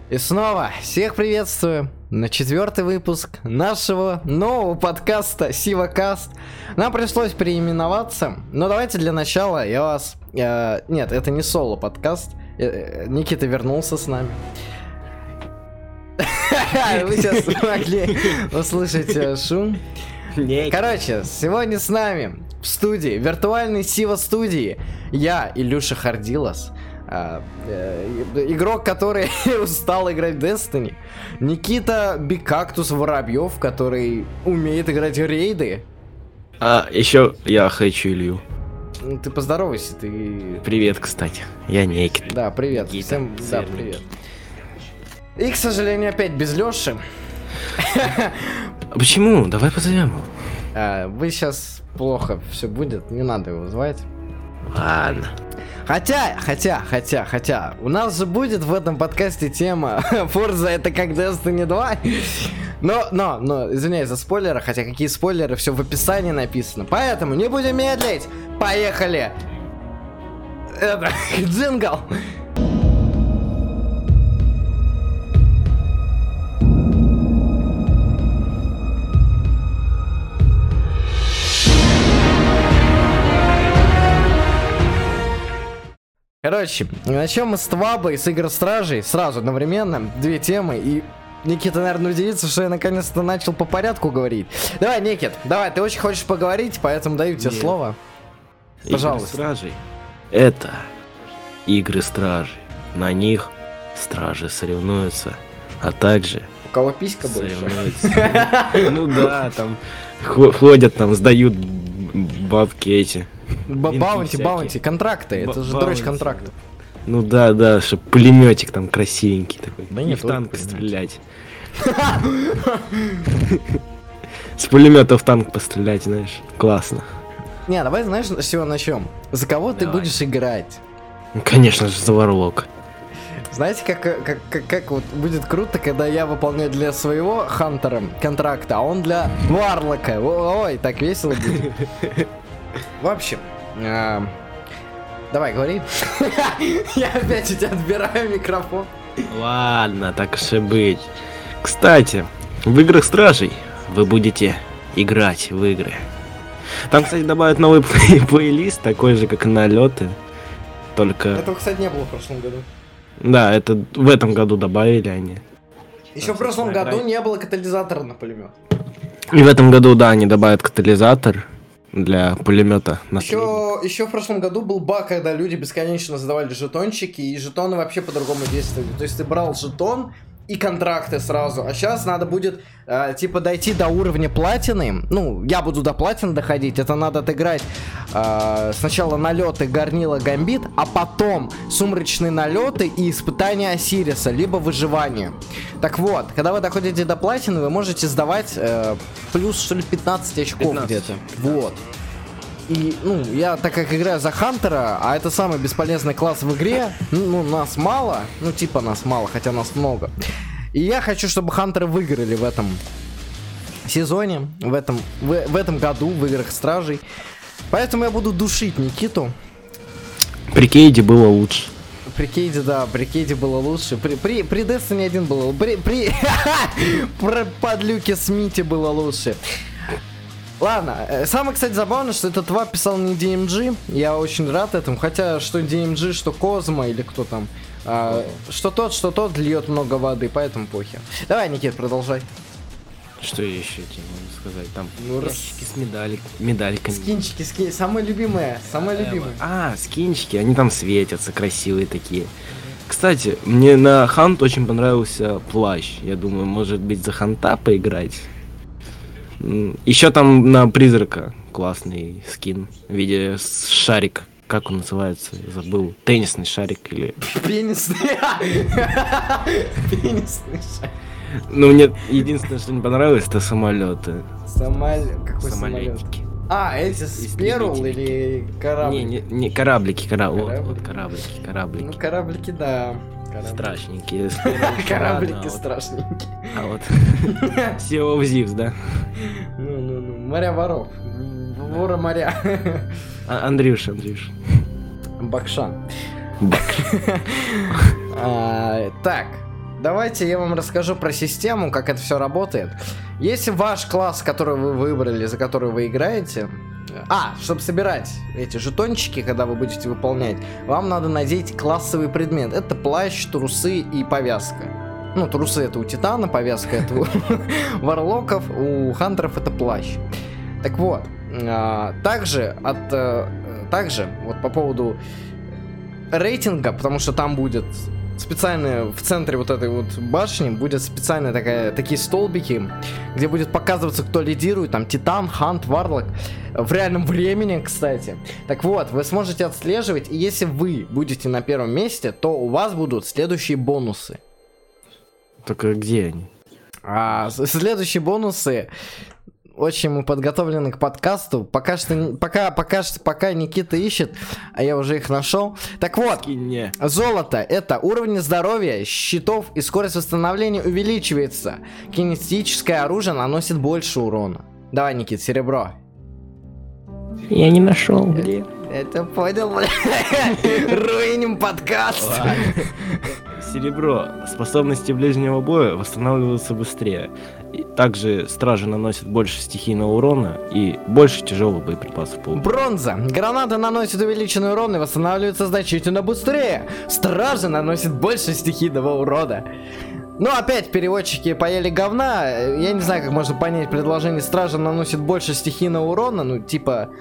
И снова всех приветствую на 4-й выпуск нашего нового подкаста SivaCast. Нам пришлось переименоваться, но давайте для начала я вас... Нет, это не соло-подкаст. Никита вернулся с нами. Вы сейчас могли услышать шум. Короче, сегодня с нами в студии, виртуальной Сива студии, я, Илюша Хардилас, игрок, который устал играть в Destiny, Никита Бикактус Воробьев, который умеет играть в рейды. А еще я хочу Илью. Ты поздоровайся, ты... Привет, кстати, я Никита. Да, привет, Никита, всем да, привет. И, к сожалению, опять без Лёши. Почему? Давай позовем его. Вы сейчас плохо все будет, не надо его звать. Ладно. Хотя, у нас же будет в этом подкасте тема Forza это как Destiny 2. Но, извиняюсь за спойлеры, хотя какие спойлеры, все в описании написано. Поэтому не будем медлить, поехали! Это, джингл! Короче, начнем мы с Тваба и с Игр Стражей сразу одновременно, две темы, и Никита, наверное, удивится, что я наконец-то начал по порядку говорить. Давай, Никит, давай, ты очень хочешь поговорить, поэтому даю тебе слово. Пожалуйста. Игры Стражей — это Игры Стражей. На них стражи соревнуются, а также... У кого писька больше? Ну да, там ходят, там сдают бабки эти. Баунти, контракты, это же дрочь контрактов. Ну да, чтоб пулеметик там красивенький такой. Да и нет, в танк стрелять. С пулемета в танк пострелять, знаешь, классно. Не, давай, знаешь, с чего начнем? За кого ты будешь играть? Ну, конечно же, за Варлока. Знаете, как вот будет круто, когда я выполняю для своего Хантера контракта, а он для Варлока. Ой, так весело будет. В общем, давай, говори. Я опять у тебя отбираю микрофон. Ладно, так уж и быть. Кстати, в Играх Стражей вы будете играть в игры. Там, кстати, добавят новый плейлист, такой же, как и налеты. Только... Этого, кстати, не было в прошлом году. Да, это в этом году добавили они. Еще в прошлом году не было катализатора на пулемет. И в этом году, да, они добавят катализатор для пулемета. Еще в прошлом году был баг, когда люди бесконечно задавали жетончики, и жетоны вообще по-другому действовали. То есть ты брал жетон и контракты сразу, а сейчас надо будет типа дойти до уровня платины. Ну, я буду до платины доходить, это надо отыграть сначала налеты Горнила Гамбит, а потом сумрачные налеты и испытания Осириса, либо выживание. Так вот, когда вы доходите до платины, вы можете сдавать плюс, что ли, 15 очков 15. Где-то. Вот. И, ну, я, так как играю за Хантера, а это самый бесполезный класс в игре, ну, нас мало, ну, типа нас мало, хотя нас много. И я хочу, чтобы Хантеры выиграли в этом сезоне, в этом году, в Играх Стражей. Поэтому я буду душить Никиту. При Кейде было лучше. При Кейде, да, при Кейде было лучше. При Destiny 1 было... При подлюке Смите было лучше. Ладно, самое, кстати, забавное, что этот Тваб писал не DMG, я очень рад этому, хотя что DMG, что Козма или кто там, что тот льет много воды, поэтому похер. Давай, Никит, продолжай. Что еще тебе могу сказать? Там ящики с медальками. Скинчики, самые любимые. Скинчики, они там светятся, красивые такие. Кстати, мне на Хант очень понравился плащ, я думаю, может быть, за Ханта поиграть. Еще там на призрака классный скин в виде шарика. Как он называется? Я забыл. Теннисный шарик или... Пенисный шарик. Ну, мне единственное, что не понравилось, это самолеты. Какой самолет? Самолетики. Эти Сперл или кораблики? Не кораблики. Вот кораблики. Ну, кораблики, да. Страшненькие. Кораблики страшненькие. А вот Sea of Thieves, да? Ну, моря воров. Вора моря. Андрюша. Бакшан. Так, давайте я вам расскажу про систему, как это все работает. Если ваш класс, который вы выбрали, за который вы играете... чтобы собирать эти жетончики, когда вы будете выполнять, вам надо надеть классовый предмет. Это плащ, трусы и повязка. Ну, трусы это у Титана, повязка это у Варлоков, у Хантеров это плащ. Так вот, также, вот по поводу рейтинга, потому что там будет специально в центре вот этой вот башни будет специально такие столбики, где будет показываться, кто лидирует, там Титан, Хант, Варлок, в реальном времени, кстати. Так вот, вы сможете отслеживать, и если вы будете на первом месте, то у вас будут следующие бонусы. Только где они? Следующие бонусы... Очень мы подготовлены к подкасту. Пока Никита ищет, а я уже их нашел. Так вот, золото — это уровень здоровья, щитов и скорость восстановления увеличивается. Кинетическое оружие наносит больше урона. Давай, Никит, серебро. Я не нашел, где. Это понял, бля. Руиним подкаст. Серебро. Способности ближнего боя восстанавливаются быстрее. И также стражи наносят больше стихийного урона и больше тяжелых боеприпасов. Бронза. Гранаты наносят увеличенный урон и восстанавливаются значительно быстрее. Стражи наносят больше стихийного урона. Ну, опять переводчики поели говна. Я не знаю, как можно понять предложение. Стражи наносят больше стихийного урона. Ну, типа...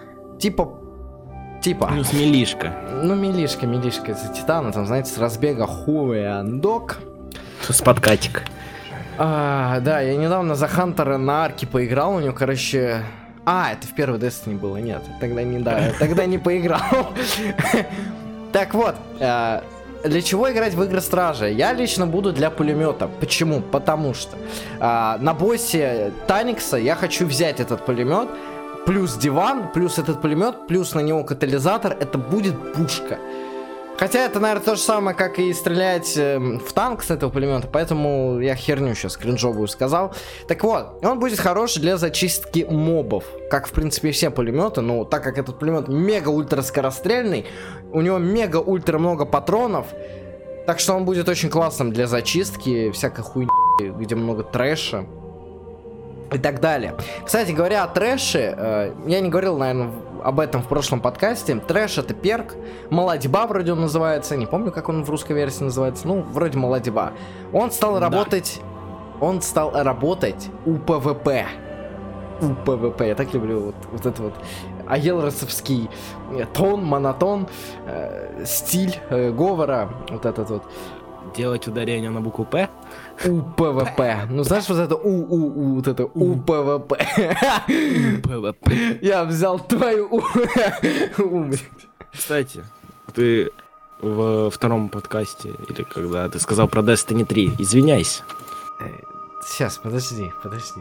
Плюс милишка. Ну, милишка из-за Титана, там, знаете, с разбега хуяндок. С подкатик. Да, я недавно за Хантера на арке поиграл, у него, короче... это в первой Destiny было, нет, тогда не поиграл. Так вот, для чего играть в игры Стражи? Я лично буду для пулемета. Почему? Потому что на боссе Таникса я хочу взять этот пулемет, плюс диван, плюс этот пулемет, плюс на него катализатор, это будет пушка. Хотя это, наверное, то же самое, как и стрелять в танк с этого пулемета, поэтому я херню сейчас кринжовую сказал. Так вот, он будет хороший для зачистки мобов, как, в принципе, все пулеметы, но так как этот пулемет мега-ультра скорострельный, у него мега-ультра много патронов, так что он будет очень классным для зачистки всякой хуйни, где много трэша и так далее. Кстати говоря, о трэше, я не говорил, наверное, об этом в прошлом подкасте. Трэш — это перк, молодьба вроде он называется, не помню, как он в русской версии называется, ну, вроде молодьба. Он стал работать у ПВП. У ПВП, я так люблю вот это вот аелросовский тон, монотон, стиль говора, вот этот вот. Делать ударение на букву П? У ПВП. Ну знаешь, вот это вот это У ПВП. ПВП. Я взял твою Кстати, ты во втором подкасте, или когда ты сказал про Destiny 3, извиняйся. Сейчас, подожди.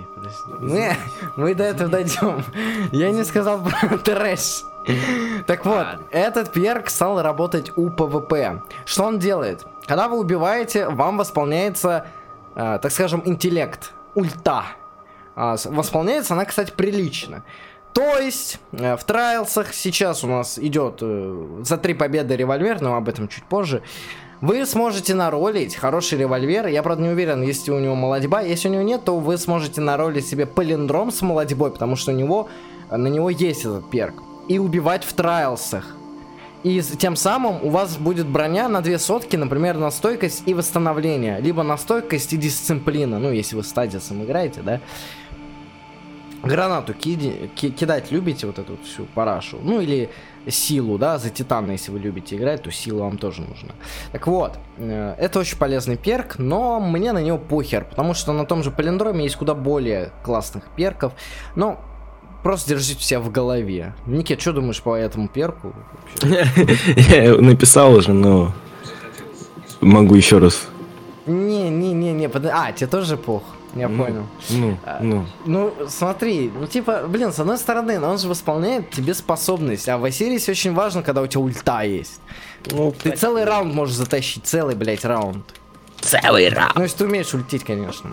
Мы до этого дойдем. Я не сказал про трэш. Так вот, этот перк стал работать у ПВП. Что он делает? Когда вы убиваете, вам восполняется, так скажем, интеллект, ульта. Восполняется она, кстати, прилично. То есть, в трайлсах сейчас у нас идет за 3 победы револьвер, но об этом чуть позже. Вы сможете наролить хороший револьвер. Я, правда, не уверен, есть ли у него молодьба. Если у него нет, то вы сможете наролить себе палиндром с молодьбой, потому что на него есть этот перк. И убивать в трайлсах. И тем самым у вас будет броня на 2 сотки, например, на стойкость и восстановление. Либо на стойкость и дисциплина. Ну, если вы стадисом играете, да. Гранату кидать любите, вот эту всю парашу. Ну, или силу, да, за Титана, если вы любите играть, то сила вам тоже нужна. Так вот, это очень полезный перк, но мне на него похер, потому что на том же палиндроме есть куда более классных перков. Но просто держите себя в голове. Никит, что думаешь по этому перку? Я написал уже, но могу еще раз. Не, тебе тоже плохо. Я понял. Ну, смотри, блин, с одной стороны, он же восполняет тебе способность, а в Осирисе очень важно, когда у тебя ульта есть. Ну, ты целый раунд можешь затащить, целый, блядь, раунд. Целый раунд. Ну, если ты умеешь ультить, конечно.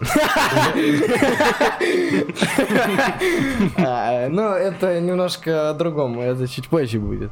Ну, это немножко о другом, это чуть позже будет.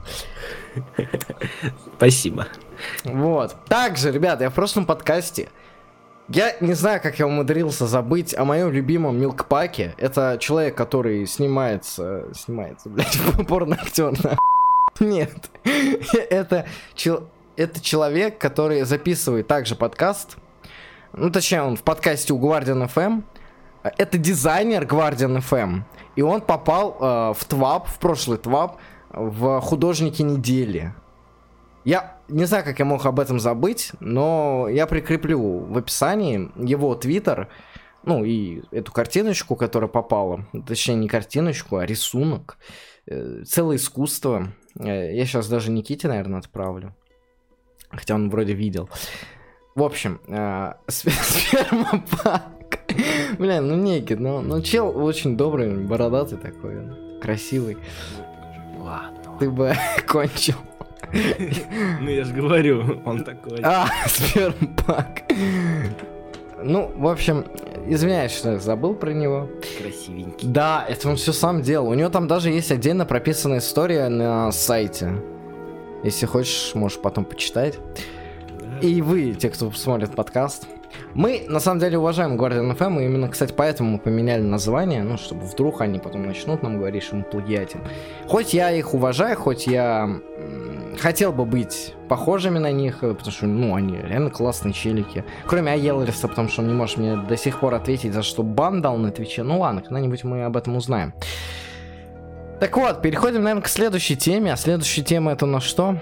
Спасибо. Вот. Также, ребята, я в прошлом подкасте Я не знаю, как я умудрился забыть о моем любимом Милкпаке. Это человек, который снимается, блядь, порно-актер, нахуй. Нет, это человек, который записывает также подкаст. Ну, точнее, он в подкасте у Guardian FM. Это дизайнер Guardian FM. И он попал в ТВАП, в прошлый ТВАП, в художники недели. Я не знаю, как я мог об этом забыть, но я прикреплю в описании его твиттер, ну и эту картиночку, которая попала. Точнее, не картиночку, а рисунок. Целое искусство. Я сейчас даже Никите, наверное, отправлю. Хотя он вроде видел. В общем, спермопак. Бля, ну некий, ну чел очень добрый, бородатый такой, красивый. Ладно. Ты бы кончил. Ну я же говорю, он такой. Спермпак. Ну, в общем, извиняюсь, что я забыл про него. Красивенький. Да, это он все сам делал. У него там даже есть отдельно прописанная история на сайте. Если хочешь, можешь потом почитать. Да. И вы, те, кто смотрит подкаст. Мы, на самом деле, уважаем Guardian FM, и именно, кстати, поэтому мы поменяли название, ну, чтобы вдруг они потом начнут нам говорить, что мы плагиатим. Хоть я их уважаю, хоть я хотел бы быть похожими на них, потому что, ну, они реально классные челики. Кроме Аелриса, потому что он не может мне до сих пор ответить, за что бан дал на Твиче. Ну ладно, когда-нибудь мы об этом узнаем. Так вот, переходим, наверное, к следующей теме. А следующая тема это на что?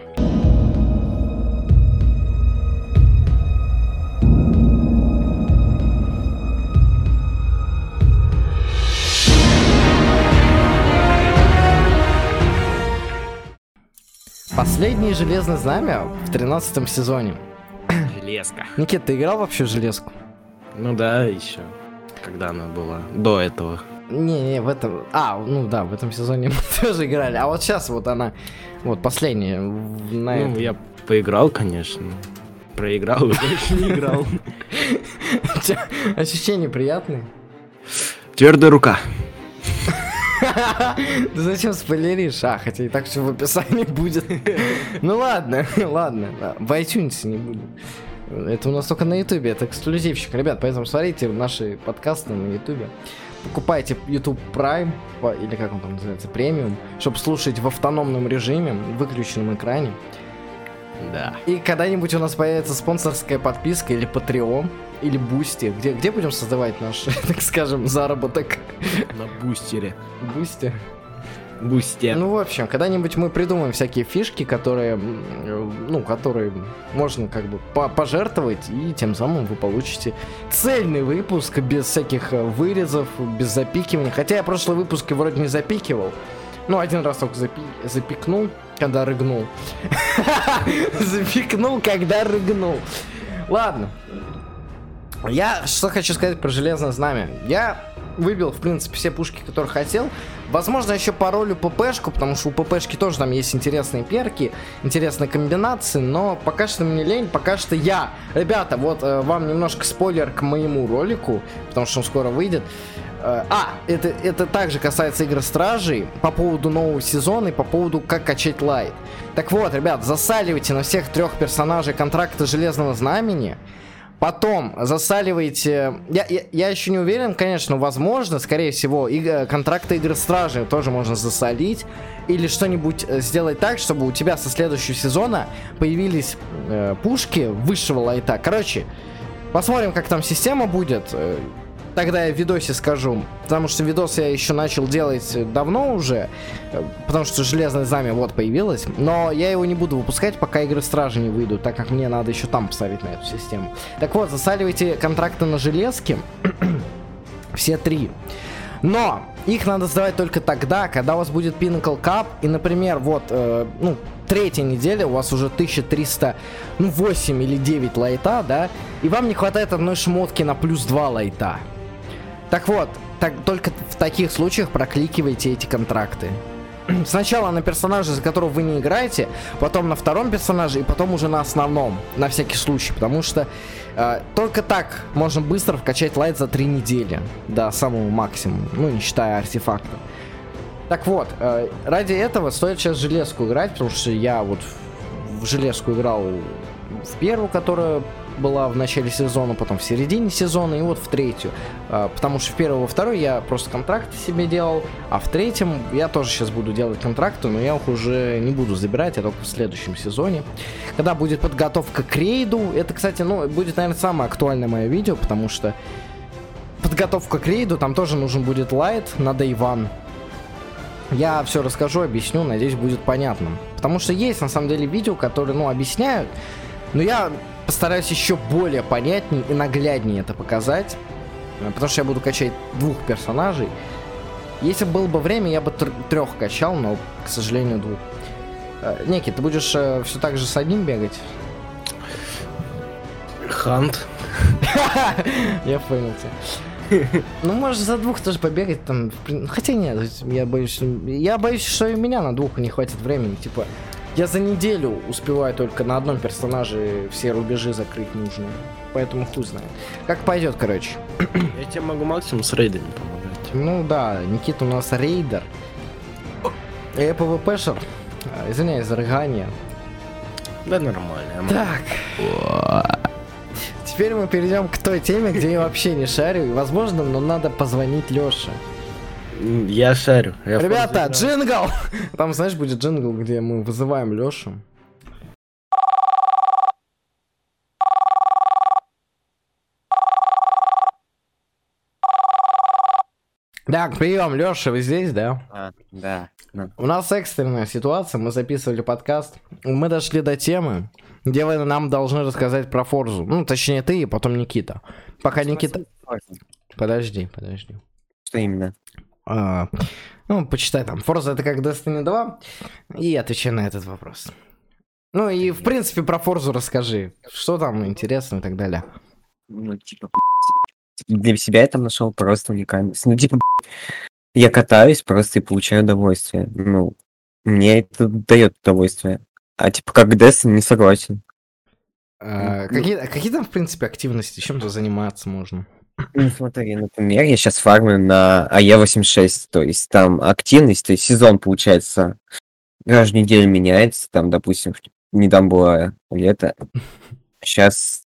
Последнее Железное Знамя в 13-м сезоне. Железка. Никит, ты играл вообще в Железку? Ну да, еще. Когда она была? До этого. Не, в этом... ну да, в этом сезоне мы тоже играли. А вот сейчас вот она... Вот последняя. Ну, я поиграл, конечно. Проиграл, уже не играл. Ощущения приятные? Твердая рука. Ты зачем спойлеришь? Хотя и так все в описании будет. Ну ладно. В iTunes не будет. Это у нас только на Ютубе, это эксклюзивчик. Ребят, поэтому смотрите наши подкасты на Ютубе. Покупайте YouTube Prime, или как он там называется, премиум, чтобы слушать в автономном режиме, в выключенном экране. Да. И когда-нибудь у нас появится спонсорская подписка или Patreon, или Boosty. Где будем создавать наш, так скажем, заработок? На Бустере. Бусти? Бусте. Ну, в общем, когда-нибудь мы придумаем всякие фишки, которые можно как бы пожертвовать, и тем самым вы получите цельный выпуск без всяких вырезов, без запикивания. Хотя я прошлый выпуск вроде не запикивал. Ну, один раз только запикнул, когда рыгнул. Запикнул, когда рыгнул. Ладно. Я что хочу сказать про Железное Знамя. Я выбил, в принципе, все пушки, которые хотел. Возможно, еще паролю ППшку, потому что у ППшки тоже там есть интересные перки, интересные комбинации, но пока что мне лень, пока что я. Ребята, вот вам немножко спойлер к моему ролику, потому что он скоро выйдет. Это также касается игр Стражей, по поводу нового сезона и по поводу как качать лайт. Так вот, ребят, засаливайте на всех 3 персонажей контракта Железного Знамени. Потом засаливайте... Я еще не уверен, конечно, возможно, скорее всего, контракты игры Стражи тоже можно засолить. Или что-нибудь сделать так, чтобы у тебя со следующего сезона появились пушки высшего лайта. Короче, посмотрим, как там система будет. Тогда я в видосе скажу, потому что видос я еще начал делать давно уже, потому что Железное Знамя вот появилось, но я его не буду выпускать, пока игры Стражи не выйдут, так как мне надо еще там поставить на эту систему. Так вот, засаливайте контракты на железке, все 3. Но их надо сдавать только тогда, когда у вас будет Pinnacle Cup, и, например, вот, 3-я неделя, у вас уже 1308 или 9 лайта, да, и вам не хватает одной шмотки на плюс 2 лайта. Так вот, только в таких случаях прокликивайте эти контракты. Сначала на персонажа, за которого вы не играете, потом на втором персонаже и потом уже на основном, на всякий случай, потому что только так можно быстро вкачать лайт за 3 недели до самого максимума, ну не считая артефакта. Так вот, ради этого стоит сейчас железку играть, потому что я вот в железку играл в первую, которая была в начале сезона, потом в середине сезона и вот в третью. Потому что в первую и во вторую я просто контракты себе делал, а в третьем я тоже сейчас буду делать контракты, но я их уже не буду забирать, а только в следующем сезоне. Когда будет подготовка к рейду, это, кстати, ну, будет, наверное, самое актуальное мое видео, потому что подготовка к рейду, там тоже нужен будет лайт на Day One. Я все расскажу, объясню, надеюсь, будет понятно. Потому что есть, на самом деле, видео, которые, ну, объясняют, но я постараюсь еще более понятнее и нагляднее это показать. Потому что я буду качать 2 персонажей. Если было бы время, я бы 3 качал, но, к сожалению, 2. Неки, ты будешь все так же с одним бегать? Хант. Я понял тебя. Ну, можешь за 2 тоже побегать там. Хотя нет, я боюсь, что и у меня на 2 не хватит времени. Типа, я за неделю успеваю только на одном персонаже все рубежи закрыть нужные. Поэтому хуй знает. Как пойдет, короче. Я тебе могу максимум с рейдами помогать. Ну да, Никита у нас рейдер. Я ПВПшер. Извиняюсь за рыгание. Да нормально. Так. Теперь мы перейдем к той теме, где я вообще не шарю. И, возможно, но надо позвонить Лёше. Я шарю. Ребята, джингл! Там, знаешь, будет джингл, где мы вызываем Лёшу. Так, прием, Лёша, вы здесь, да? Да. У нас экстренная ситуация, мы записывали подкаст. Мы дошли до темы, где вы нам должны рассказать про Форзу. Ну, точнее, ты и потом Никита. Пока Никита... Подожди. Что именно? Ну, почитай там. Форза — это как Destiny 2. И отвечай на этот вопрос. Ну и, в принципе, про Форзу расскажи. Что там интересно и так далее. Ну, типа, для себя я там нашел просто уникальность. Ну, типа, я катаюсь просто и получаю удовольствие. Ну, мне это дает удовольствие. А типа, как Destiny, не согласен. Какие там, в принципе, активности? Чем-то заниматься можно? Ну, смотри, например, я сейчас фармлю на АЕ-86, то есть там активность, то есть сезон, получается, каждую неделю меняется, там, допустим, недавно было лето, сейчас,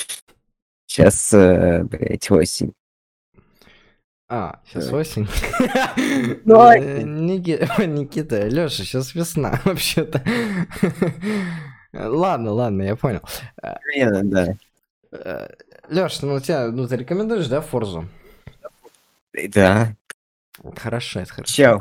блять, осень. Сейчас осень. Никита, Лёша, сейчас весна, вообще-то. Ладно, я понял. Да. Лёш, ну тебя, ты рекомендуешь, да, Форзу? Да. Хорошо, это хорошо. Чел.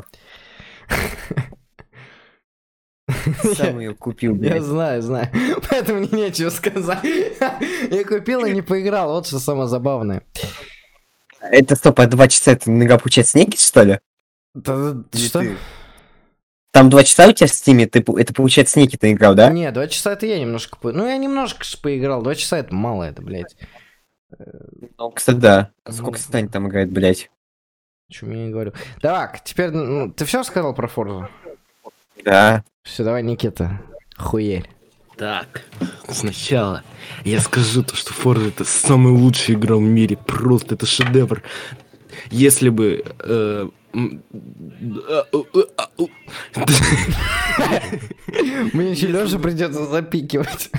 Сам ее купил, блядь. Я знаю. Поэтому мне нечего сказать. Я купил и не поиграл, вот что самое забавное. Это стоп, а 2 часа это нога получается некий, что ли? Что? Там 2 часа у тебя в стиме, это получается некий ты играл, да? Не, 2 часа это я немножко... Ну, я немножко поиграл, 2 часа это мало, это, блядь. Ну, кстати, да. Сколько Стань там играет, блядь? Чё я не говорю. Так, теперь, ты все сказал про Форзу? Да. Все, давай, Никита, хуерь. Так, сначала я скажу то, что Forza это самая лучшая игра в мире, просто это шедевр. Если бы... Мне еще Лёша придется запикивать.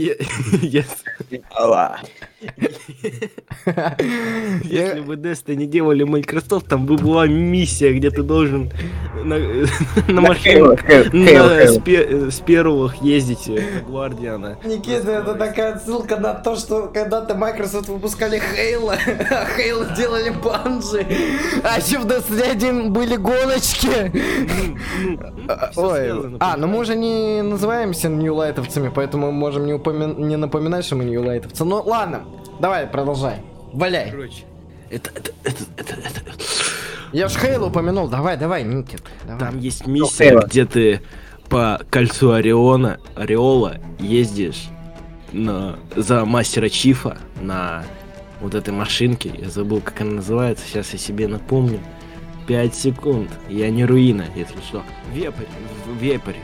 Если бы Destiny делали Microsoft, там бы была миссия, где ты должен на машине с первых ездить на Гвардиана. Никита, это такая ссылка на то, что когда-то Microsoft выпускали Halo, а Halo делали Bungie, а еще в Destiny 1 были гоночки. Ой, ну мы уже не называемся ньюлайтовцами, поэтому мы можем не напоминать, что мы ньюлайтовцы. Ну ладно, давай, продолжай. Валяй. Короче, это... Я ж Хейлу упомянул, давай, Никит. Там есть миссия, где ты по кольцу Ореола ездишь за мастера Чифа на вот этой машинке. Я забыл, как она называется, сейчас я себе напомню. 5 секунд. Я не руина, если что. Вепрь.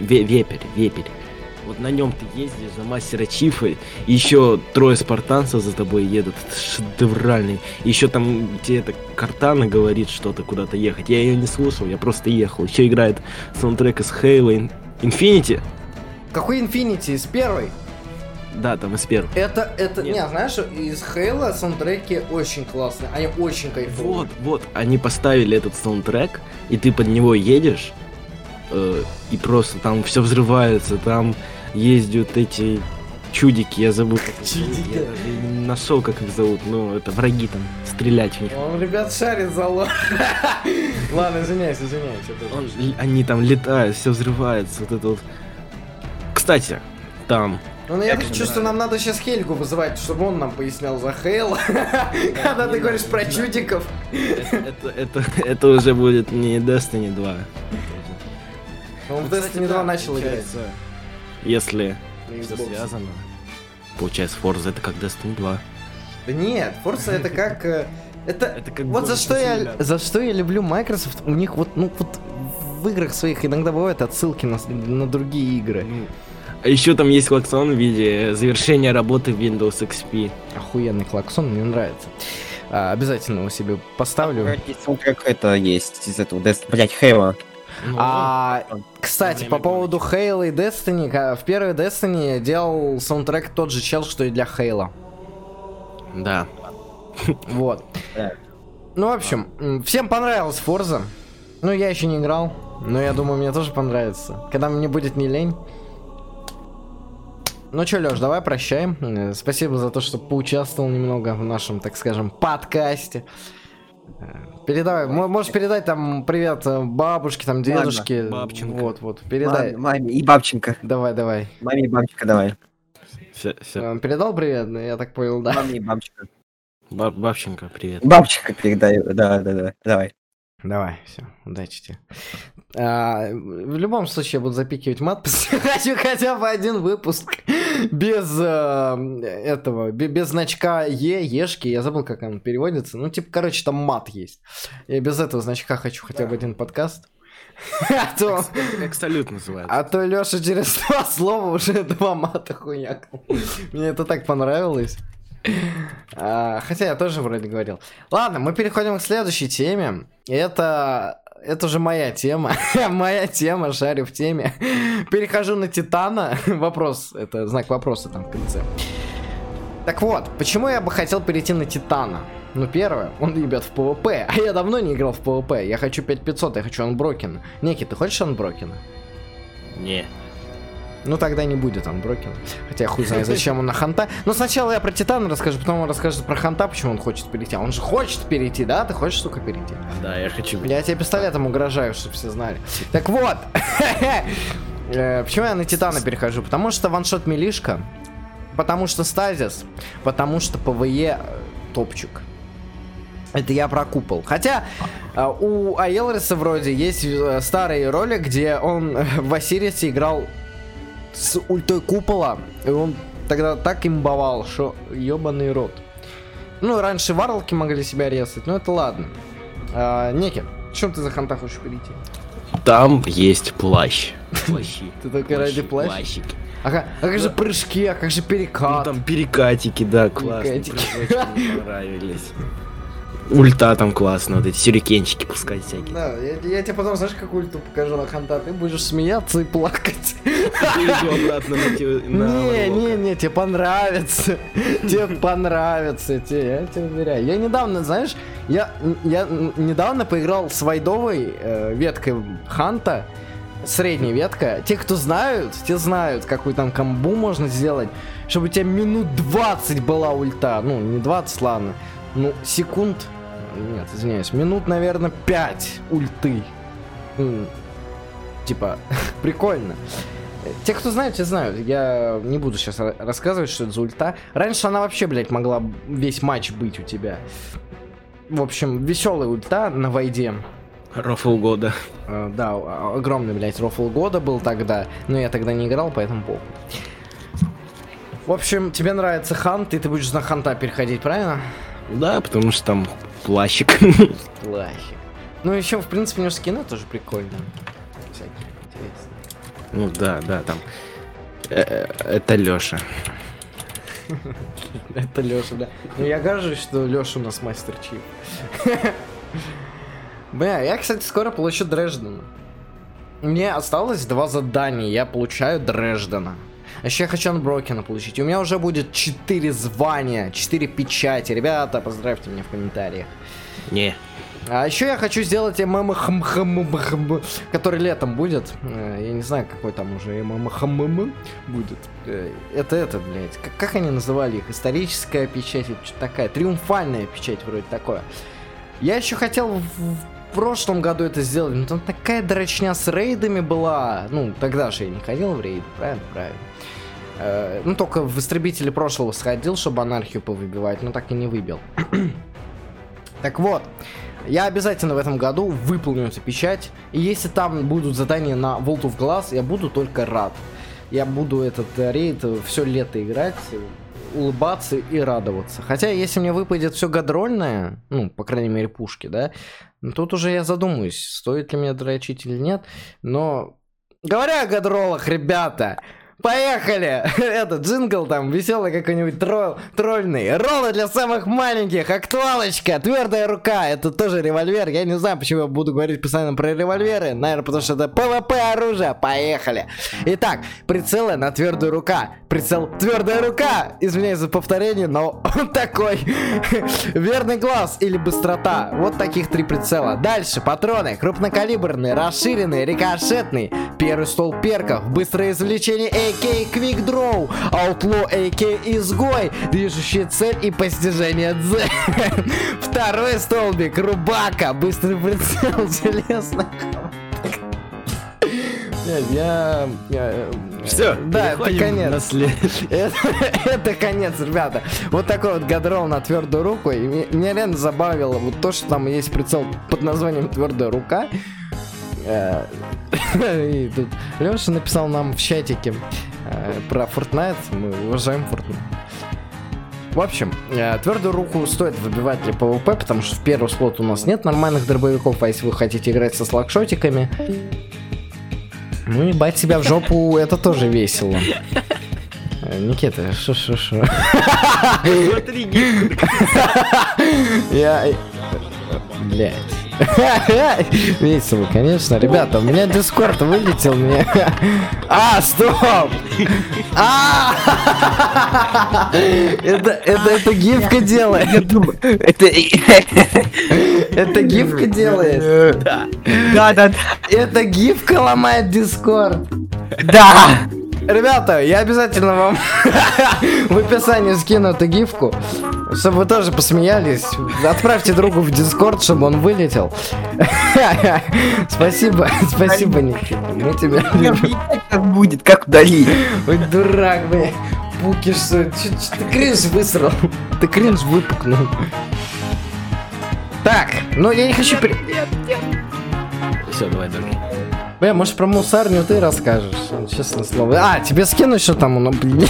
Вот на нем ты ездишь за мастера Чифа, еще 3 спартанцев за тобой едут. Это шедевральный. Еще там тебе эта Картана говорит что-то куда-то ехать. Я ее не слушал, я просто ехал. Еще играет саундтрек из Halo Infinity. Какой Infinity? Из первой? Да, там из первых. Это, Нет. не, знаешь, из Хейла саундтреки очень классные, они очень кайфовые. Вот, они поставили этот саундтрек, и ты под него едешь, и просто там все взрывается, там ездят эти чудики, я забыл, как их зовут. Чудики. Я даже не нашел, как их зовут, но это враги там, стрелять в них. Он, ребят, шарит за лор. Ладно, извиняюсь. Они там летают, все взрывается, вот это вот. Кстати, там Ну, я чувствую, нам надо сейчас Хельгу вызывать, чтобы он нам пояснял за Хейл. Когда ты говоришь про чудиков. это уже будет не Destiny 2. Он в Destiny 2 начал играть. Если На все Xbox. связано, получается Forza это как Destiny 2. Да нет, Forza это как... Это как вот за гоночный что я люблю Microsoft, у них вот в играх своих иногда бывают отсылки на другие игры. А еще там есть клаксон в виде завершения работы в Windows XP. Охуенный клаксон, мне нравится. Обязательно его себе поставлю. Вроде саундтрек это есть из этого блять, Хейла. Кстати, по поводу Хейла и Destiny, в первой Destiny делал саундтрек тот же чел, что и для Хейла. Да. Вот. Да. Ну, в общем, всем понравилась Forza. Ну, я еще не играл, но я думаю, мне тоже понравится. Когда мне будет не лень. Ну чё, Лёш, давай прощаем. Спасибо за то, что поучаствовал немного в нашем, так скажем, подкасте. Передавай, можешь передать там привет бабушке, там дедушке. Бабченко. Вот, передай. Маме и Бабченко. Давай. Маме и Бабченко, давай. Все. Передал привет? Я так понял, да. Маме и Бабченко. Бабченко, привет. Бабченко передаю, да, давай. Давай, все, удачи тебе. В любом случае я буду запикивать мат, хочу хотя бы один выпуск без этого, без значка ешки, я забыл, как он переводится, ну типа, короче, там мат есть. Я без этого значка хочу хотя бы один подкаст. Как салют называется. А то Лёша через 2 слова уже 2 мата хуякал. Мне это так понравилось. Хотя я тоже вроде говорил. Ладно, мы переходим к следующей теме. Это уже моя тема. Моя тема, шарю в теме. Перехожу на Титана. Вопрос, это знак вопроса там в конце. Так вот, почему я бы хотел перейти на Титана? Ну, первое, он ебет в ПВП. А я давно не играл в ПВП. Я хочу 5500, я хочу Unbroken. Неки, ты хочешь Unbroken? Не. Ну тогда не будет Unbroken. Хотя я хуй знает, зачем он на Ханта. Но сначала я про Титана расскажу, потом он расскажет про Ханта, почему он хочет перейти. А он же хочет перейти, да? Ты хочешь, сука, перейти? Да, я хочу. Я тебе пистолетом угрожаю, чтобы все знали. Так вот. Почему я на Титана перехожу? Потому что ваншот милишка. Потому что стазис. Потому что ПВЕ топчик. Это я про купол. Хотя у Аелриса вроде есть старый ролик, где он в Осирисе играл с ультой купола, и он тогда так имбовал, что ебаный рот. Ну, раньше варлоки могли себя резать, но это ладно. Неки, чем ты за Ханта хочешь перейти? Там есть плащ. Плащи. Ты только ради плаща? Плащики. А как же прыжки, а как же перекат? Ну там перекатики, да, классные. Перекатики. Мне понравились. Ульта там классно, вот эти сюрикенчики пускать всякие. Да, я тебе потом, знаешь, какую ульту покажу на Ханта, ты будешь смеяться и плакать. Иду обратно Не, тебе понравится. Тебе понравится, я тебе уверяю. Я недавно, знаешь, я недавно поиграл с вайдовой веткой Ханта, средняя ветка. Те, кто знают, те знают, какую там комбу можно сделать, чтобы у тебя минут 20 была ульта. Ну, не 20, ладно. Ну, секунд... Нет, извиняюсь, минут, наверное, 5 ульты. Типа, прикольно. Те, кто знают, те знают. Я не буду сейчас рассказывать, что это за ульта. Раньше она вообще, блядь, могла весь матч быть у тебя. В общем, веселая ульта на вайде. Рофл года. Да, огромный, блядь, рофл года был тогда. Но я тогда не играл, поэтому похуй. В общем, тебе нравится Хант, и ты будешь на Ханта переходить, правильно? Да, потому что там плащик. Плащик. Ну, еще, в принципе, у него скины тоже прикольные. Всякие интересные. Ну да, там. Это Лёша. Это Лёша, да. Ну, я горжусь, что Лёша у нас мастер чип. Бля, я, кстати, скоро получу Дрездена. Мне осталось 2 задания, я получаю Дрездена. А еще я хочу Unbroken получить. И у меня уже будет 4 звания, 4 печати. Ребята, поздравьте меня в комментариях. Не. А еще я хочу сделать ММХМ, который летом будет. Я не знаю, какой там уже ММХМ будет. Это, блядь, как они называли их? Историческая печать, что-то такая. Триумфальная печать, вроде такое. Я еще хотел в прошлом году это сделать, но там такая дрочня с рейдами была. Ну, тогда же я не ходил в рейды, правильно? Правильно. Ну, только в истребители прошлого сходил, чтобы анархию повыбивать, но так и не выбил. Так вот, я обязательно в этом году выполню эту печать. И если там будут задания на Vault of Glass, я буду только рад. Я буду этот рейд все лето играть, улыбаться и радоваться. Хотя, если мне выпадет все гадрольное, ну, по крайней мере, пушки, да, тут уже я задумаюсь, стоит ли мне дрочить или нет. Но, говоря о гадролах, ребята, поехали! Этот джингл там веселый какой-нибудь тролльный. Роллы для самых маленьких, актуалочка, твердая рука. Это тоже револьвер. Я не знаю, почему я буду говорить постоянно про револьверы. Наверное, потому что это ПВП оружие. Поехали! Итак, прицелы на твердую рука. Прицел твердая рука. Извиняюсь за повторение, но он такой. Верный глаз или быстрота. Вот таких 3 прицела. Дальше патроны. Крупнокалиберный, расширенный, рикошетный. Первый стол перков. Быстрое извлечение AK Quick Draw, Outlaw AK Изгой, движущая цель и постижение цель. Второй столбик, Рубака, быстрый прицел, железный. Все, да, это конец. Это конец, ребята. Вот такой вот гадрол на твердую руку. И меня реально забавило вот то, что там есть прицел под названием твердая рука. И тут Леша написал нам в чатике про Fortnite. Мы уважаем Fortnite. В общем, твердую руку стоит выбивать для PvP, потому что в первый слот у нас нет нормальных дробовиков, а если вы хотите играть со слакшотиками, ну ебать себя в жопу, это тоже весело. Никита, шо. Смотри, гифку. Я... Блять. Весело, конечно. Ребята, у меня Дискорд вылетел мне. А, стоп! Это гифка делает. Это гифка делает. Да. Это гифка ломает Дискорд. Да! Ребята, я обязательно вам в описании скину эту гифку, чтобы вы тоже посмеялись. Отправьте другу в Дискорд, чтобы он вылетел. Спасибо, Никита. Мы тебя любим. Как будет, как удалить? Ой, дурак, блядь. Пукиш, ты кринж высрал. Ты кринж выпукнул. Так, ну я не хочу... Все, давай дальше. Бля, может про мусарню ты расскажешь? Честно слово. А, тебе скину что там? Ну, блин.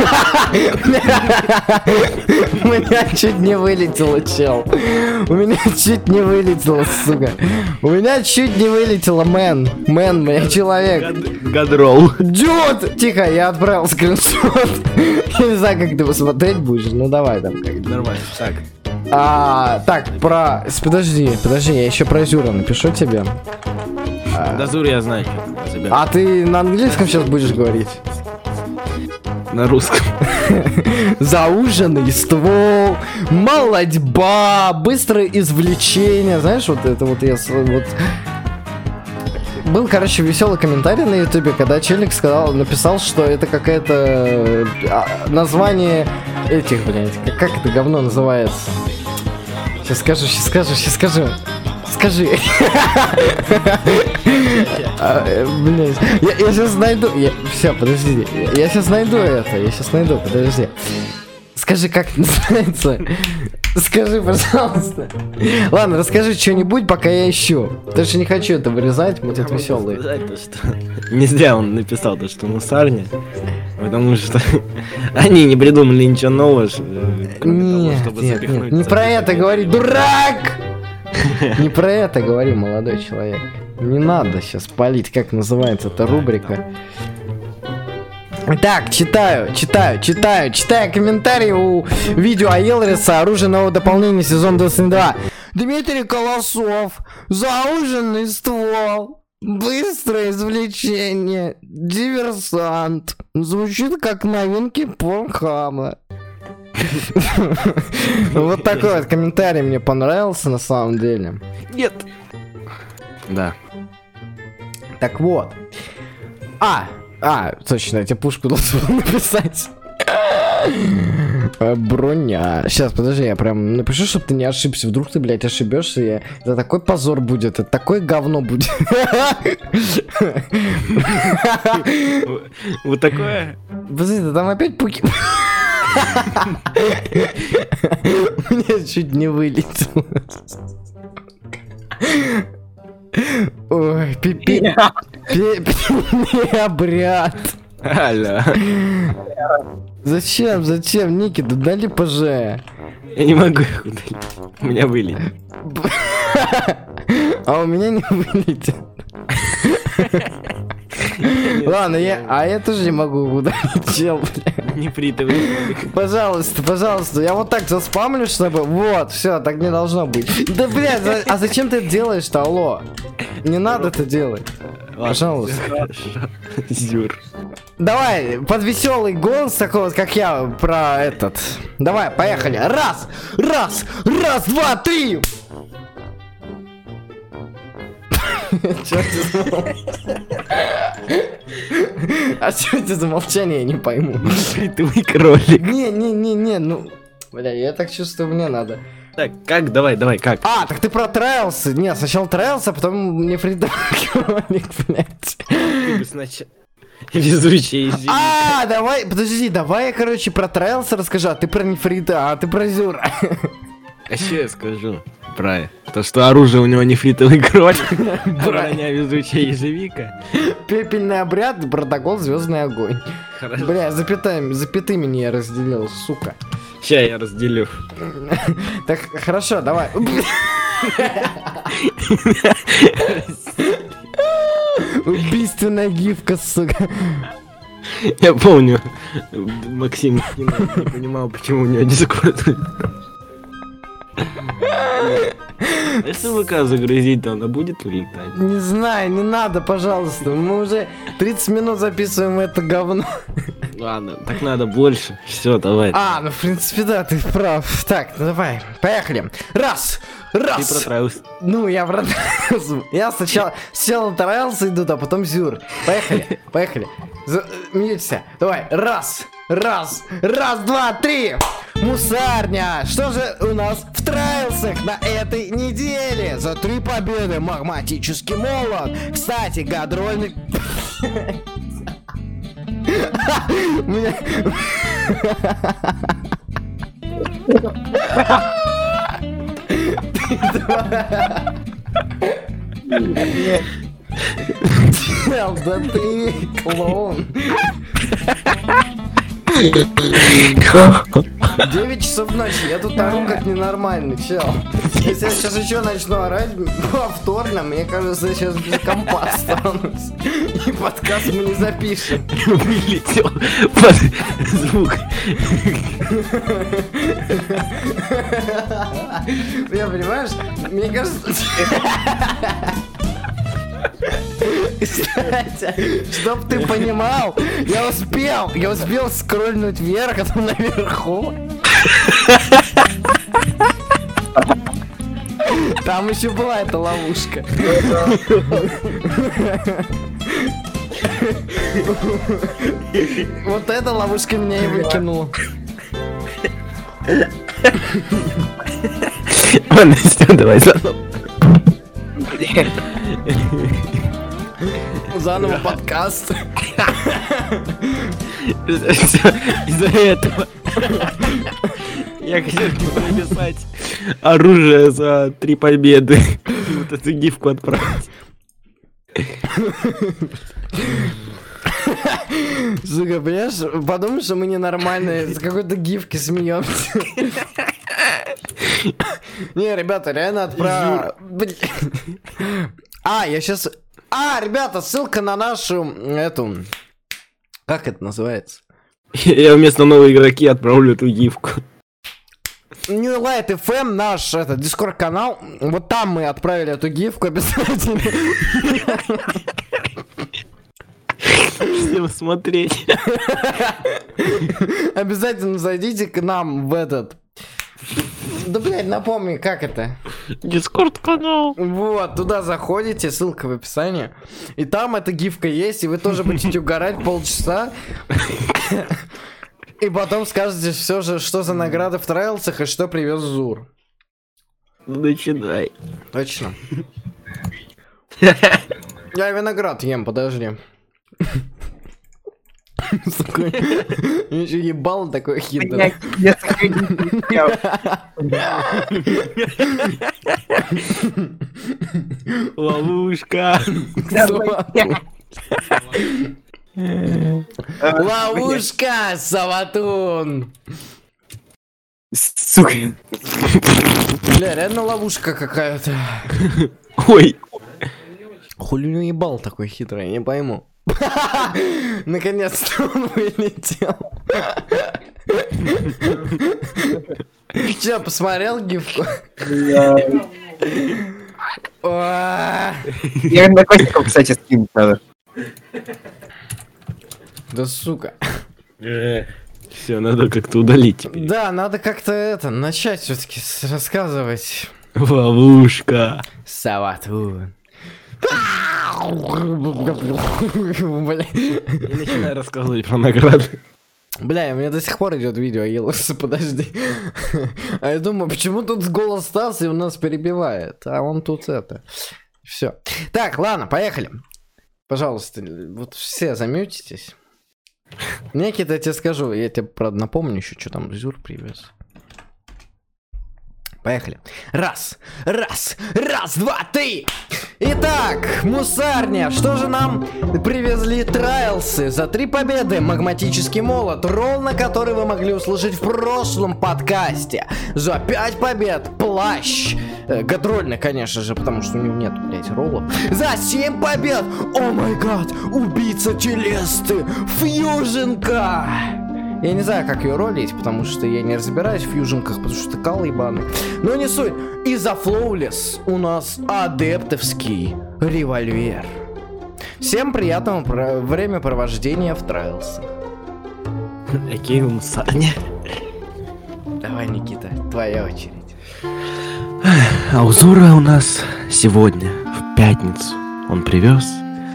У меня чуть не вылетело, чел. У меня чуть не вылетело, сука. У меня чуть не вылетело, мэн. Мэн, бля, человек. Гадрол. Дюд! Тихо, я отправил скриншот. Я не знаю, как ты посмотреть будешь. Ну, давай там как-то. Нормально, так. Так, про... Подожди, я еще про Зюра напишу тебе. Дозур я знаю. А ты на английском сейчас будешь говорить? На русском. Зауженный ствол, молодьба, быстрое извлечение. Знаешь, вот это вот я... Вот... Был, короче, веселый комментарий на ютубе, когда челик написал, что это какое-то название этих, блядь, как это говно называется? Сейчас скажу. Скажи. Блять. Я сейчас найду. Все, подожди. Я сейчас найду это. Подожди. Скажи, как это называется? Скажи, пожалуйста. Ладно, расскажи что-нибудь, пока я ищу. Потому что не хочу это вырезать, будет веселый. Не зря он написал то, что мусарня. Потому что они не придумали ничего нового. Нет, не про это говори, дурак! Не про это говори, молодой человек. Не надо сейчас палить, как называется эта рубрика. Так, читаю комментарии у видео Аелриса «Оружие нового дополнения сезон 22». Дмитрий Колосов, зауженный ствол, Быстрое извлечение. Диверсант. Звучит как новинки Порнхаба. Вот такой вот комментарий мне понравился на самом деле. Нет. Да. Так вот. Точно, я тебе пушку должен был написать. Броня. Сейчас, подожди, я прям напишу, чтобы ты не ошибся. Вдруг ты, блядь, ошибешься, и это такой позор будет, это такое говно будет. Вот такое? Подожди, там опять пуки. У меня чуть не вылетело. Ой, обряд. Аля. Зачем, Никита, дали ПЖ. Я не могу их удалить. У меня вылетит. А у меня не вылетит. Ладно, я тоже не могу удалить, чел, бля. Не притовый. Пожалуйста, я вот так заспамлю, чтобы... Вот, все, так не должно быть. Да, блядь, а зачем ты это делаешь-то, алло? Не надо это делать. Пожалуйста. Зюр. Давай, под веселый голос такой вот, как я, про этот. Давай, поехали. Раз, два, три. А что это за молчание, я не пойму. Притовый кролик. Не, ну... Бля, я так чувствую, мне надо. Так, как? Давай, как? Так ты про трайлсы. Не, сначала трайлсы, а потом не фридовый кролик, блядь. Ты бы сначала... Везучий извини. Давай, подожди, давай я, короче, про трайлсы расскажу, а ты про нефрита, а ты про Зюра. А что я скажу? Про то, что оружие у него нефритовый кролик, броня везучая ежевика. Пепельный обряд, протокол звездный огонь. Хорошо. Бля, запятыми не разделил, сука. Ща я разделю. Так, хорошо, давай. Убийственная гифка, сука. Я помню, Максим не понимал, почему у него дискорд. Если ВК загрузить, то она будет улетать? Не знаю, не надо, пожалуйста. Мы уже 30 минут записываем это говно. Ладно, так надо больше. Все, давай. Ну в принципе, да, ты прав. Так, ну давай, поехали. Раз. Ты протравился. Ну, я протравился. Я сначала на трайлс иду, а потом Зюр. Поехали. Мьються. Давай, раз, два, три. Мусарня! Что же у нас в трайлсах на этой неделе? За 3 победы магматический молот. Кстати, гадрольный... Да ты клоун. 9 часов ночи, я тут ору как ненормальный, чел. Если я сейчас еще начну орать повторно, мне кажется, я сейчас без компа останусь. И подкаст мы не запишем. Вылетел под звук. Я понимаешь, мне кажется... Кстати, чтоб ты понимал, я успел скрольнуть вверх, а там наверху. Там еще была эта ловушка. Вот эта ловушка меня и выкинула. Ладно, все, давай заново. Заново подкаст. Из-за этого я хотел написать оружие за 3 победы. И вот эту гифку отправить. Сука, понимаешь, подумай, что мы ненормальные, с какой-то гифки смеемся. Не, ребята, реально отправил. Я сейчас... ребята, ссылка на нашу, эту... Как это называется? Я вместо новой игроки отправлю эту гифку. New Light FM, наш Discord канал. Вот там мы отправили эту гифку обязательно. Всем смотреть. Обязательно зайдите к нам в этот. Да, блядь, напомни, как это? Дискорд канал. Вот, туда заходите, ссылка в описании. И там эта гифка есть, и вы тоже будете угорать полчаса. И потом скажете все же, что за награды в трайлсах и что привез Зур. Начинай. Точно. Я виноград ем, подожди. Еще ебал такой хитрый. Ловушка. Ловушка, Саватун. Сука. Бля, реально ловушка какая-то. Ой. Хули у него ебал такой хитрый, я не пойму. Наконец-то он вылетел. Че, посмотрел гифку? Я одноклассников, кстати, скинуть надо. Да сука. Все, надо как-то удалить теперь. Да, надо как-то начать все-таки рассказывать. Ловушка. Саватун. Бля. Не начинай рассказывать про награды. Бля, у меня до сих пор идет видео Елоса, подожди. А я думаю, почему тут голос Стаса и у нас перебивает, а он тут Все. Так, ладно, поехали. Пожалуйста, вот все замьютитесь. Некий-то я тебе скажу, я тебе, правда, напомню еще, что там Зюр привез. Поехали. Раз, два, три. Итак, мусарня, что же нам привезли трайлсы? За 3 победы магматический молот, ролл, на который вы могли услышать в прошлом подкасте. За 5 побед плащ. Гадрольный, конечно же, потому что у него нет, блять, роллов. За 7 побед, о май гад, убийца Челесты, фьюженка. Я не знаю, как ее ролить, потому что я не разбираюсь в фьюженках, потому что кал ебаный. Но не суть. И за флоулес у нас адептовский револьвер. Всем приятного времяпровождения в трайлсах. Какие мусарни. Давай, Никита, твоя очередь. А у Зура у нас сегодня, в пятницу, он привез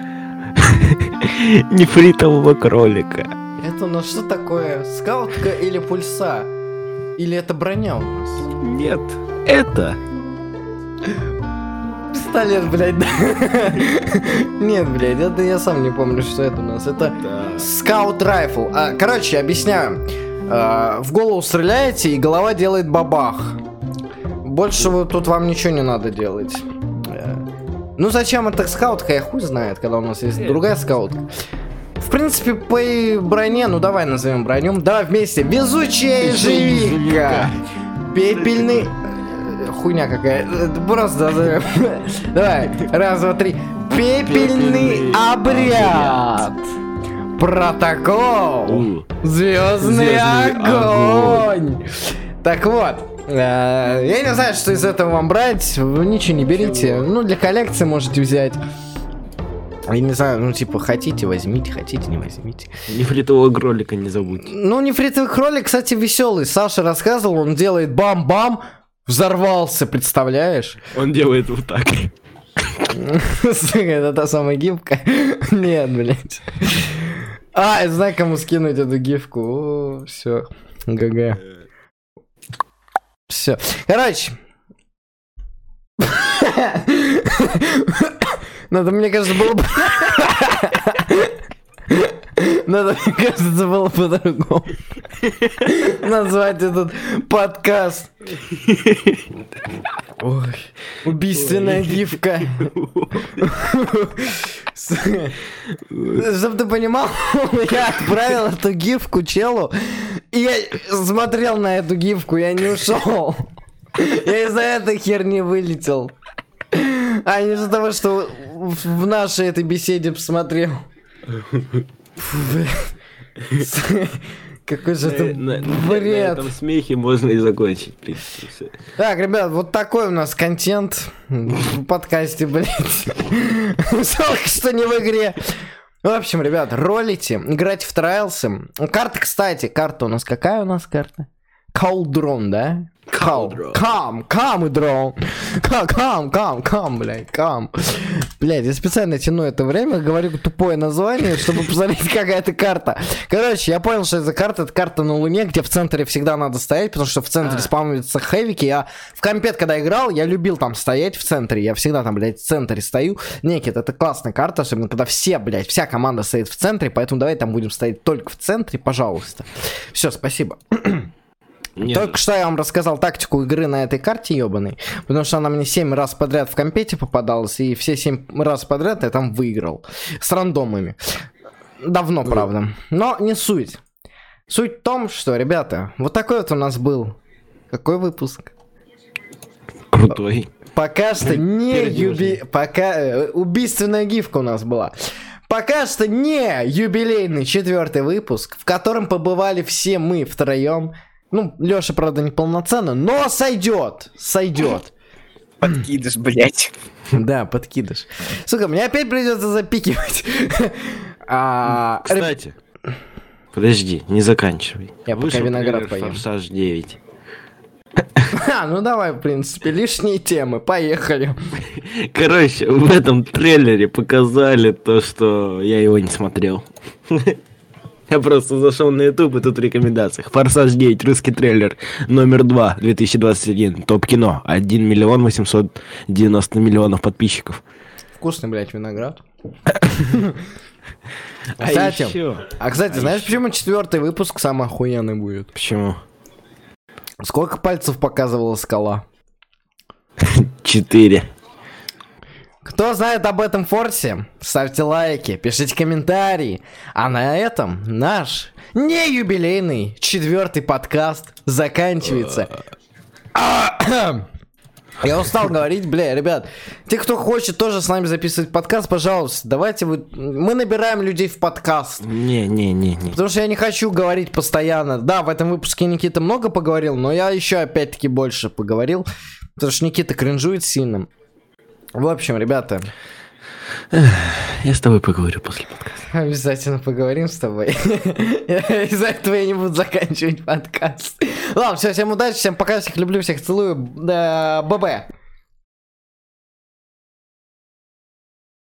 нефритового кролика. Это у нас что такое? Скаутка или пульса? Или это броня у нас? Нет, это... Пистолет, блядь, да? Нет, блядь, это я сам не помню, что это у нас. Это скаут райфл. Короче, объясняю. В голову стреляете, и голова делает бабах. Больше тут вам ничего не надо делать. Ну зачем это скаутка, я хуй знает, когда у нас есть другая скаутка. В принципе, по броне, ну давай назовем броню. Давай вместе. Везучая ежевика. Пепельный... Хуйня какая. Просто назовем. Давай. Раз, два, три. Пепельный обряд. Протокол. Звездный огонь. Так вот. Я не знаю, что из этого вам брать. Вы ничего не берите. Ну, для коллекции можете взять. Я не знаю, ну типа, хотите, возьмите, хотите, не возьмите. Нефритового кролика не забудьте. Ну, нефритовый кролик, кстати, веселый. Саша рассказывал, он делает бам-бам, взорвался, представляешь? Он делает вот так. Это та самая гифка? Нет, блядь. Я знаю, кому скинуть эту гифку. Все, ГГ. Все. Короче. Надо, мне кажется, было бы... Надо, мне кажется, было по-другому назвать этот подкаст. Ой, убийственная гифка. Чтоб ты понимал, я отправил эту гифку челу, и я смотрел на эту гифку, я не ушел. Я из-за этой херни вылетел. А не из-за того, что в нашей этой беседе посмотрел. Какой же ты На бред. этом смехе можно и закончить, в принципе, всё. Так, ребят, вот такой у нас контент в подкасте, блядь. Жалко, что не в игре. В общем, ребят, ролите, играйте в трайлсы. Карта, кстати, карта у нас какая у нас карта? Cauldron, да? Cauldron. Кам и дрон. Кам, блядь, кам. Блядь, я специально тяну это время, говорю тупое название, чтобы посмотреть, какая это карта. Короче, я понял, что это карта на Луне, где в центре всегда надо стоять, потому что в центре спавнятся хэвики. Я в компет, когда играл, я любил там стоять в центре. Я всегда там, блядь, в центре стою. Некит, это классная карта, особенно когда все, блядь, вся команда стоит в центре, поэтому давай там будем стоять только в центре, пожалуйста. Все, спасибо. Только что я вам рассказал тактику игры на этой карте ебаной, потому что она мне 7 раз подряд в компете попадалась, и все 7 раз подряд я там выиграл. С рандомами. Давно, правда. Но не суть. Суть в том, что, ребята, вот такой вот у нас был. Какой выпуск? Крутой. Пока что не пока убийственная гифка у нас была. Пока что не юбилейный 4-й выпуск, в котором побывали все мы втроем. Ну, Лёша, правда, неполноценно, но сойдет. Подкидыш, блядь. Да, подкидыш. Сука, мне опять придется запикивать. Кстати, подожди, не заканчивай. Я пока виноград поем. Форсаж 9. Ну давай, в принципе, лишние темы, поехали. Короче, в этом трейлере показали то, что я его не смотрел. Я просто зашел на YouTube, и тут в рекомендациях. «Форсаж 9», русский трейлер, номер 2, 2021, топ-кино, 1 миллион 890 миллионов подписчиков. Вкусный, блядь, виноград. Кстати, знаешь, почему 4-й выпуск самый охуенный будет? Почему? Сколько пальцев показывала скала? 4. Кто знает об этом форсе, ставьте лайки, пишите комментарии. А на этом наш не юбилейный 4-й подкаст заканчивается. Я устал говорить, бля, ребят. Те, кто хочет тоже с нами записывать подкаст, пожалуйста, давайте мы набираем людей в подкаст. Не. Потому что я не хочу говорить постоянно. Да, в этом выпуске Никита много поговорил, но я еще опять-таки больше поговорил. Потому что Никита кринжует сильно. В общем, ребята. Я с тобой поговорю после подкаста. Обязательно поговорим с тобой. Из-за этого я не буду заканчивать подкаст. Ладно, все, всем удачи, всем пока, всех люблю, всех целую. ББ.